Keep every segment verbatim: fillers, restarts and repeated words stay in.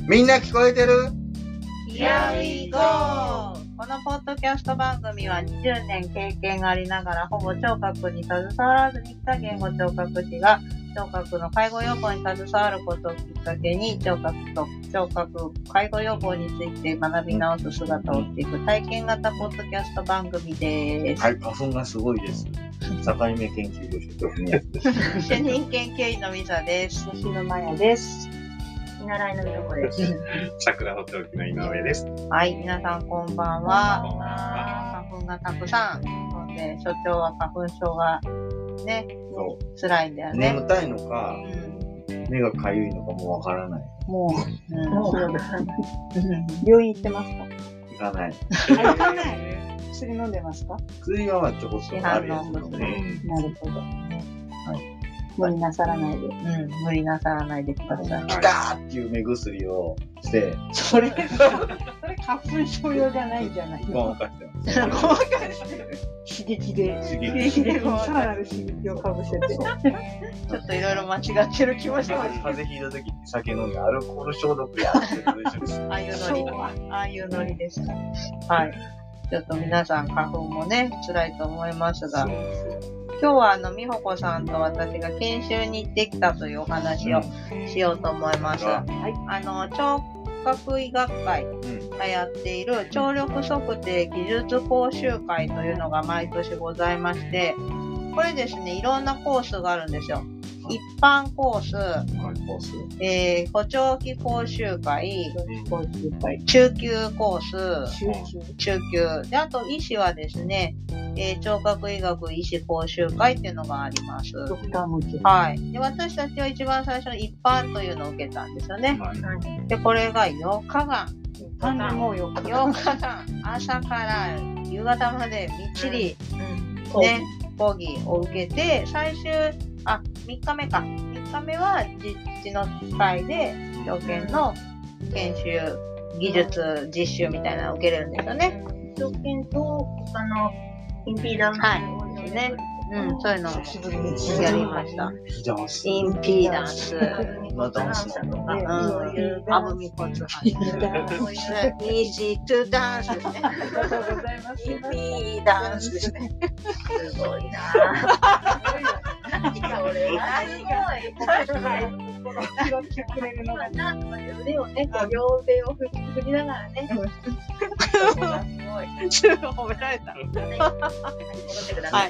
みんな聞こえてる？ Here we go! このポッドキャスト番組はにじゅうねん経験がありながらほぼ聴覚に携わらずに来た言語聴覚士が聴覚の介護予防に携わることをきっかけに聴覚と聴覚介護予防について学び直す姿を追っていく体験型ポッドキャスト番組です。 はい、花粉がすごいです。境目研究所所宮です。 主任研究員のみさです。 吉野真也です。見習いのみどこです。 桜ホットロキの井上です。 はい、皆さんこんばんは。花粉がたくさん飛んで、所長は花粉症がね、辛いんだよね。 眠たいのか、うん、目がかゆいのかもわからない。 もう、うん、もう病院行ってますか？ 行かない。 行かない。薬飲んでますか？ 薬はちょこっとあるやつなので。 なるほど。はい。無理なさらないで。 うん、無理なさらないでください。 ピカーっていう目薬をして。 それ、それ花粉症用じゃないじゃない。 ごまかしてます。 ごまかしてる。刺激で、刺激で、さらなる刺激をかぶせて。 ちょっといろいろ間違ってる気もします。 風邪ひいた時に酒飲んでアルコール消毒やってるのと一緒です。 ああいうノリ、ああいうノリですか。はい。ちょっと皆さん花粉もね、辛いと思いますが。今日はあの美穂子さんと私が研修に行ってきたというお話をしようと思います。うん、はい、あの聴覚医学会がやっている聴力測定技術講習会というのが毎年ございまして、これですね、いろんなコースがあるんですよ。一般コース、えー、補聴器講習会、中級コース、中級で、あと医師はですね、えー、聴覚医学医師講習会っていうのがあります。 ドクター向け。 はい。で、私たちは一番最初の一般というのを受けたんですよね。はい、で、これがよっかかん。 もうよっかかん。朝から夕方までみっちり、うん、ね、講義を受けて、最終、あ、みっかめか。みっかめは実地の機会で、条件の研修、技術、実習みたいなのを受けれるんですよね。 条件と、他のインピーダンス。 はい。ね。うん、そういうのをやりました。インピーダンス。 のダンスとか。 うん。アブミコツハイ。イージートゥダンスですね。 ありがとうございます。 インピーダンスですね。 すごいなぁ。何が俺はすごい。拾ってくれるのがなとか腕をね、こう両手を振りながらね。すごい。すごい褒められた。はい。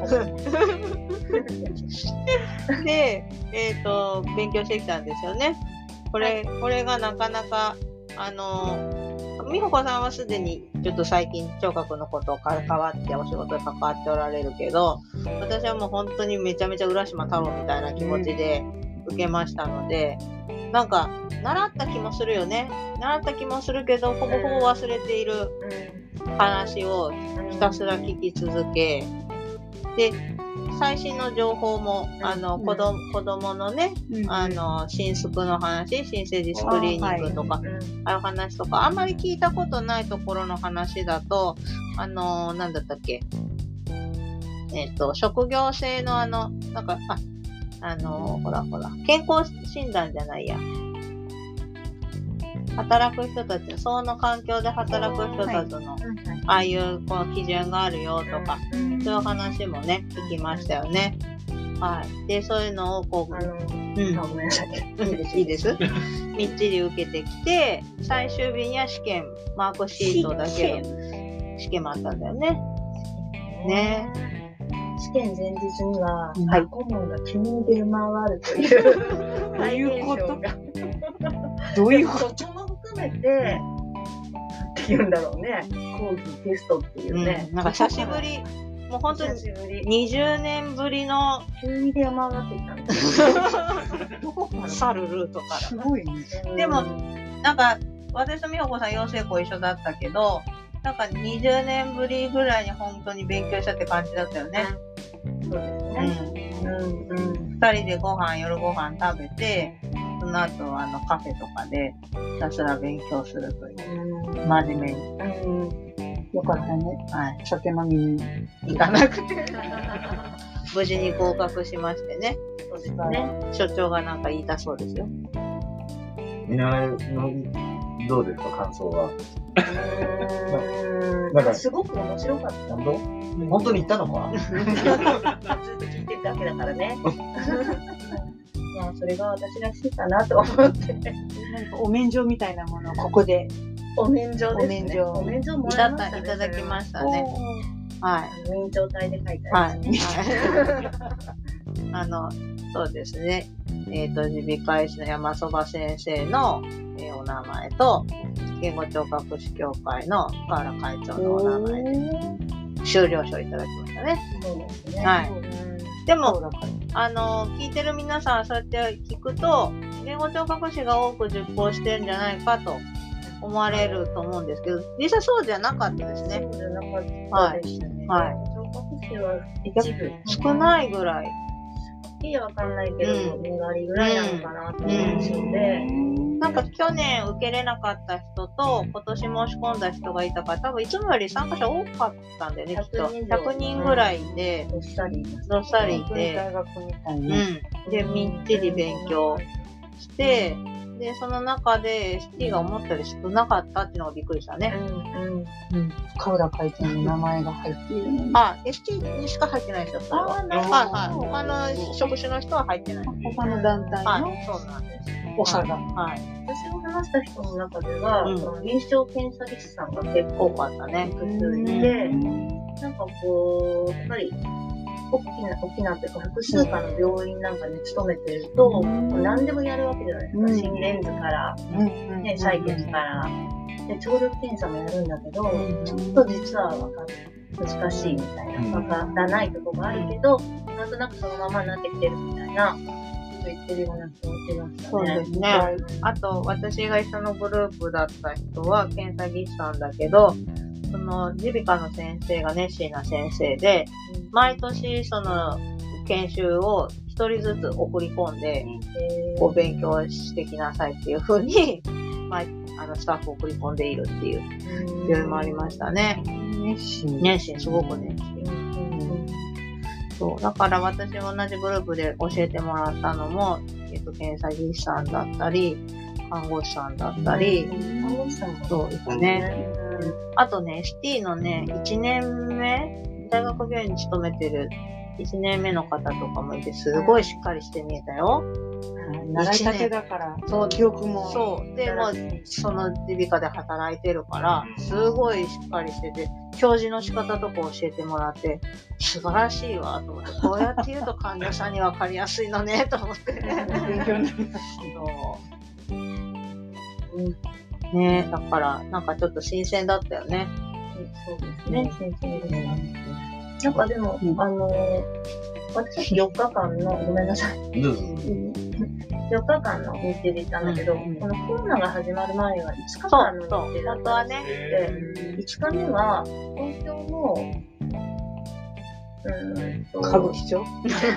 で、えっと、勉強してきたんですよね。これ、これがなかなか、あの、美穂子さんはすでにちょっと最近聴覚のことを関わってお仕事で関わっておられるけど、私はもう本当にめちゃめちゃ浦島太郎みたいな気持ちで受けましたので、なんか習った気もするよね。習った気もするけど、ほぼほぼ忘れている話をひたすら聞き続け、で、最新の情報も、あの、子供、子供のね、あの、新スクの話、新生児スクリーニングとか、ああいう話とか、あんまり聞いたことないところの話だと、あの、なんだったっけ、えっと、職業性のあの、なんか、あ、あの、ほらほら、健康診断じゃないや。働く人たち、その環境で働く人たちの、ああいうこの基準があるよとか、そういう話もね、聞きましたよね。はい。で、そういうのをこう、 あの、うん、ごめんなさい。 いいです。みっちり受けてきて、最終日には試験、マークシートだけの試験もあったんだよね。ね。 試験前日には、はい、顧問が急に出回るという。どういうことどういうことも含めて、なんて言うんだろうね。講義テストっていうね。 うん、なんか久しぶり、もう本当ににじゅうねんぶりの。 急に出回ってきたんですよ。 どこから去るルートから。 すごいね。 でも、なんか、私と美穂子さん養成校一緒だったけど、なんかにじゅうねんぶりぐらいに本当に勉強したって感じだったよね。 そうですね。うん。うんうん。 二人でご飯、夜ご飯食べて、その後あのカフェとかでひたすら勉強するという、うん、真面目に。 うん。よかったね。 はい。 酒飲みに行かなくて。無事に合格しましてね。 そうですね。 所長がなんか言いたそうですよ。 見習いのどうですか、感想は。 うーんなんかすごく面白かった。 本当本当に行ったのかずっと聞いてるだけだからね。まあ、それが私らしいかなと思って。 なんかお免状みたいなものをここで。 お免状ですね。 お免状お免状もいらいましたね。 ただきましたね。はい。 あの免状体で書いてはあるんですね。 い。あの、そうですね。えっ、と、耳鼻科医師の山そば先生の、えーお名前と、言語聴覚士協会の河原会長のお名前で、修了書をいただきましたね。 そうですね。 はいうんでも、あの、聞いてる皆さん、そうやって聞くと、言語聴覚士が多く受講してるんじゃないかと思われると思うんですけど、実際そうじゃなかったですね。 そうじゃなかったですね。 はい聴覚士は一部。 少ないぐらい。 いいわかんないけど、 うんに割ぐらいなのかなっていう印象で、 なんか去年受けれなかった人と、今年申し込んだ人がいたから、多分いつもより参加者多かったんだよね、きっと。ひゃくにんぐらいで、 どっさり。 どっさりいて、 大学みたいな。 うん。で、みっちり勉強して、で、その中で エスティー が思ったより少なかったっていうのがびっくりしたね。 うんうん。 河原会長の名前が入っているのに。 あ、エスティー にしか入ってないですよ、それは。 あーなるほどはいはい。他の職種の人は入ってない。 他の団体のはい、そうなんです。 長が。 はい。 私が話した人の中では、 うんその臨床検査技師さんが結構多かったね。 複数いて、なんかこう、やっぱり、大きな、大きなっていうか、複数科の病院なんかに勤めてると、何でもやるわけじゃないですか。 うん心電図から、ね、採血から、で、聴力検査もやるんだけど、ちょっと実はわかる。難しいみたいな、わからないところがあるけど、なんとなくそのままになってきてるみたいな、こと言ってるような気がしましたね。 そうですね。あと、私が一緒のグループだった人は検査技師さんだけど、その耳鼻科の先生が熱心な先生で、毎年その研修を一人ずつ送り込んで、こう勉強してきなさいっていう風に、まあ、あのスタッフを送り込んでいるっていう病院もありましたね。 熱心。 熱心、すごく熱心。そう。だから私も同じグループで教えてもらったのも、えっと、検査技師さんだったり、看護師さんだったり、 看護師さんもそうですね。あとね、エスティー のね、いちねんめ、大学病院に勤めてるいちねんめの方とかもいて、すごいしっかりして見えたよ。 習いたてだから、 そう記憶も。 そう。で、もう、その耳鼻科で働いてるから、すごいしっかりしてて、教授の仕方とか教えてもらって、素晴らしいわ、と思って、こうやって言うと患者さんに分かりやすいのね、と思って。 勉強になります。 そう。ねだから、なんかちょっと新鮮だったよね。 そうですね、先生ですね。なんかでも、あのー、私よっかかんの、ごめんなさい。 どうぞ。 よっかかんの日程で行ったんだけど、 うんこのコロナが始まる前はいつかかんの日そう、 程だっ本当はね。 たらしくて、いつかめは東京の、うーんと、 歌舞伎町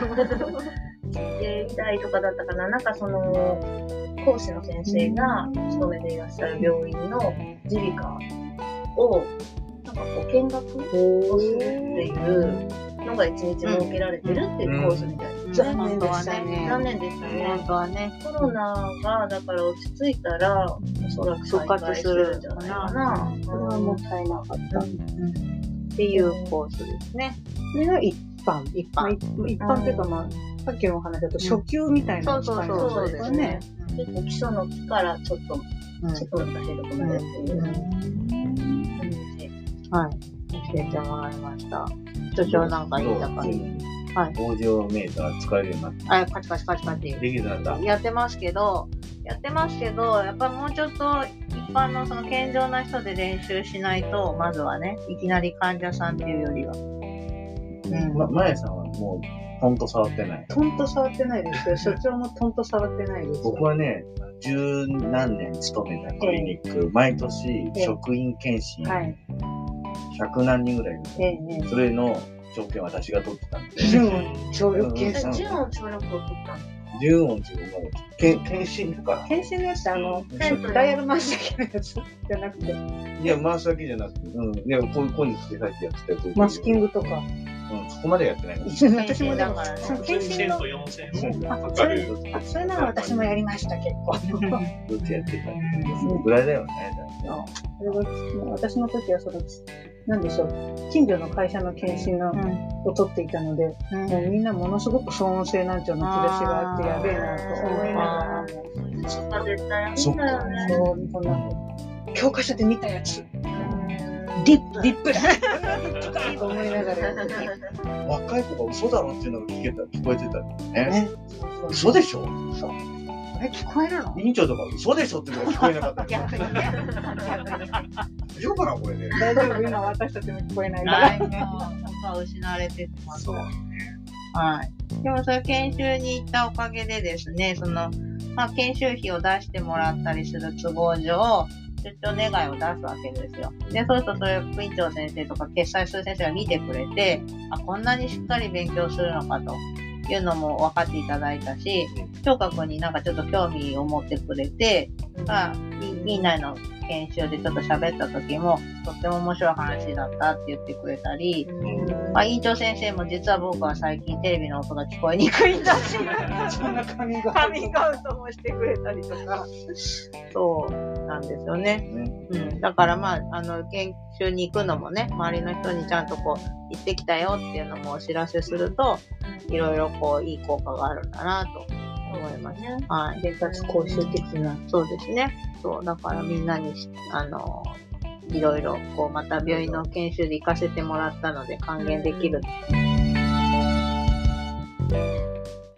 経大とかだったかな、なんかその、講師の先生が勤めていらっしゃる病院の耳鼻科を、なんかこう見学をするっていうのが一日設けられてるっていうコースみたいですね。 本当はね。 残念でしたね。 本当はね。 コロナがだから落ち着いたら、おそらく再開するんじゃないかな。 それはもったいなかった。 っていうコースですね。 それが一般。 一まあ般。 一般っていうか、まあ、さっきのお話だと初級みたいなそうそうそう、そうですね。 結構基礎の木からちょっと、ちょっと難しいところまでっていう感じ。 はい。教えてもらいました。所長なんか言いたかった。はい。 オーディオメーター使えるようになって。 あ、カチカチカチカチ。 できるようになった。 やってますけど、やってますけど、やっぱりもうちょっと一般のその健常な人で練習しないと、まずはね、いきなり患者さんっていうよりは。 うん。ま、まやさんはもう、トンと触ってない。 トンと触ってないですよ。所長もトンと触ってないですよ。 僕はね、十何年勤めたクリニック、毎年職員検診、 はい。 百何人ぐらいいるんですよ。 ええ、ええ。 それの条件私が取ってたんで。 準を協力検査。 準を協力を取ったの。 十音っていうのも、け検診とか。 検診のやつってあの、 テントダイヤル回しだけのやつじゃなくて、 いや、回すだけじゃなくて、うん。いや、こういう、こういうのつけたいってやってたやつ。 マスキングとか。 うん、そこまでやってない。 私もでも、 からねその検診の、 とよんせんもあかかる。 あそれなら私もやりました、結構。 どっちやってたんだけど、そのぐらいだよね。 それが私の時はその、なんでしょう、近所の会社の検診の、を取っていたので、 うんもうみんなものすごく騒音性難聴のチラシがあってやべえなと思いながら、 そっか、絶対そっか。 そう、こんな、教科書で見たやつ、リップ、リップだと思いながら、 若い子が嘘だろっていうのが聞けた、聞こえてたんだよね。 ね、 嘘でしょ？ え、聞こえるの？ 委員長とか嘘でしょっていうのが聞こえなかった。 逆にね。逆に。 大丈夫かなこれで。 大丈夫、今私たちも聞こえないから。 ないもう、本当は失われてますからね。はい。でも、そういう研修に行ったおかげでですね、その、まあ、研修費を出してもらったりする都合上、出張願いを出すわけですよ。で、そうすると、それを副院長先生とか決裁する先生が見てくれて、あ、こんなにしっかり勉強するのかというのも分かっていただいたし、聴覚になんかちょっと興味を持ってくれて、まあ、院内の研修でちょっと喋った時も、とっても面白い話だったって言ってくれたり、まあ、院長先生も実は僕は最近テレビの音が聞こえにくいんだし、 そんなカミングアウトカミングアウトもしてくれたりとか、そうなんですよね。うん、だからまあ、あの、研修に行くのもね、周りの人にちゃんとこう、行ってきたよっていうのもお知らせすると、いろいろこう、いい効果があるんだなと思います。はい。 生活講習的な。 そうですね。そう、だからみんなに、あの、いろいろ、こう、また病院の研修で行かせてもらったので還元できる。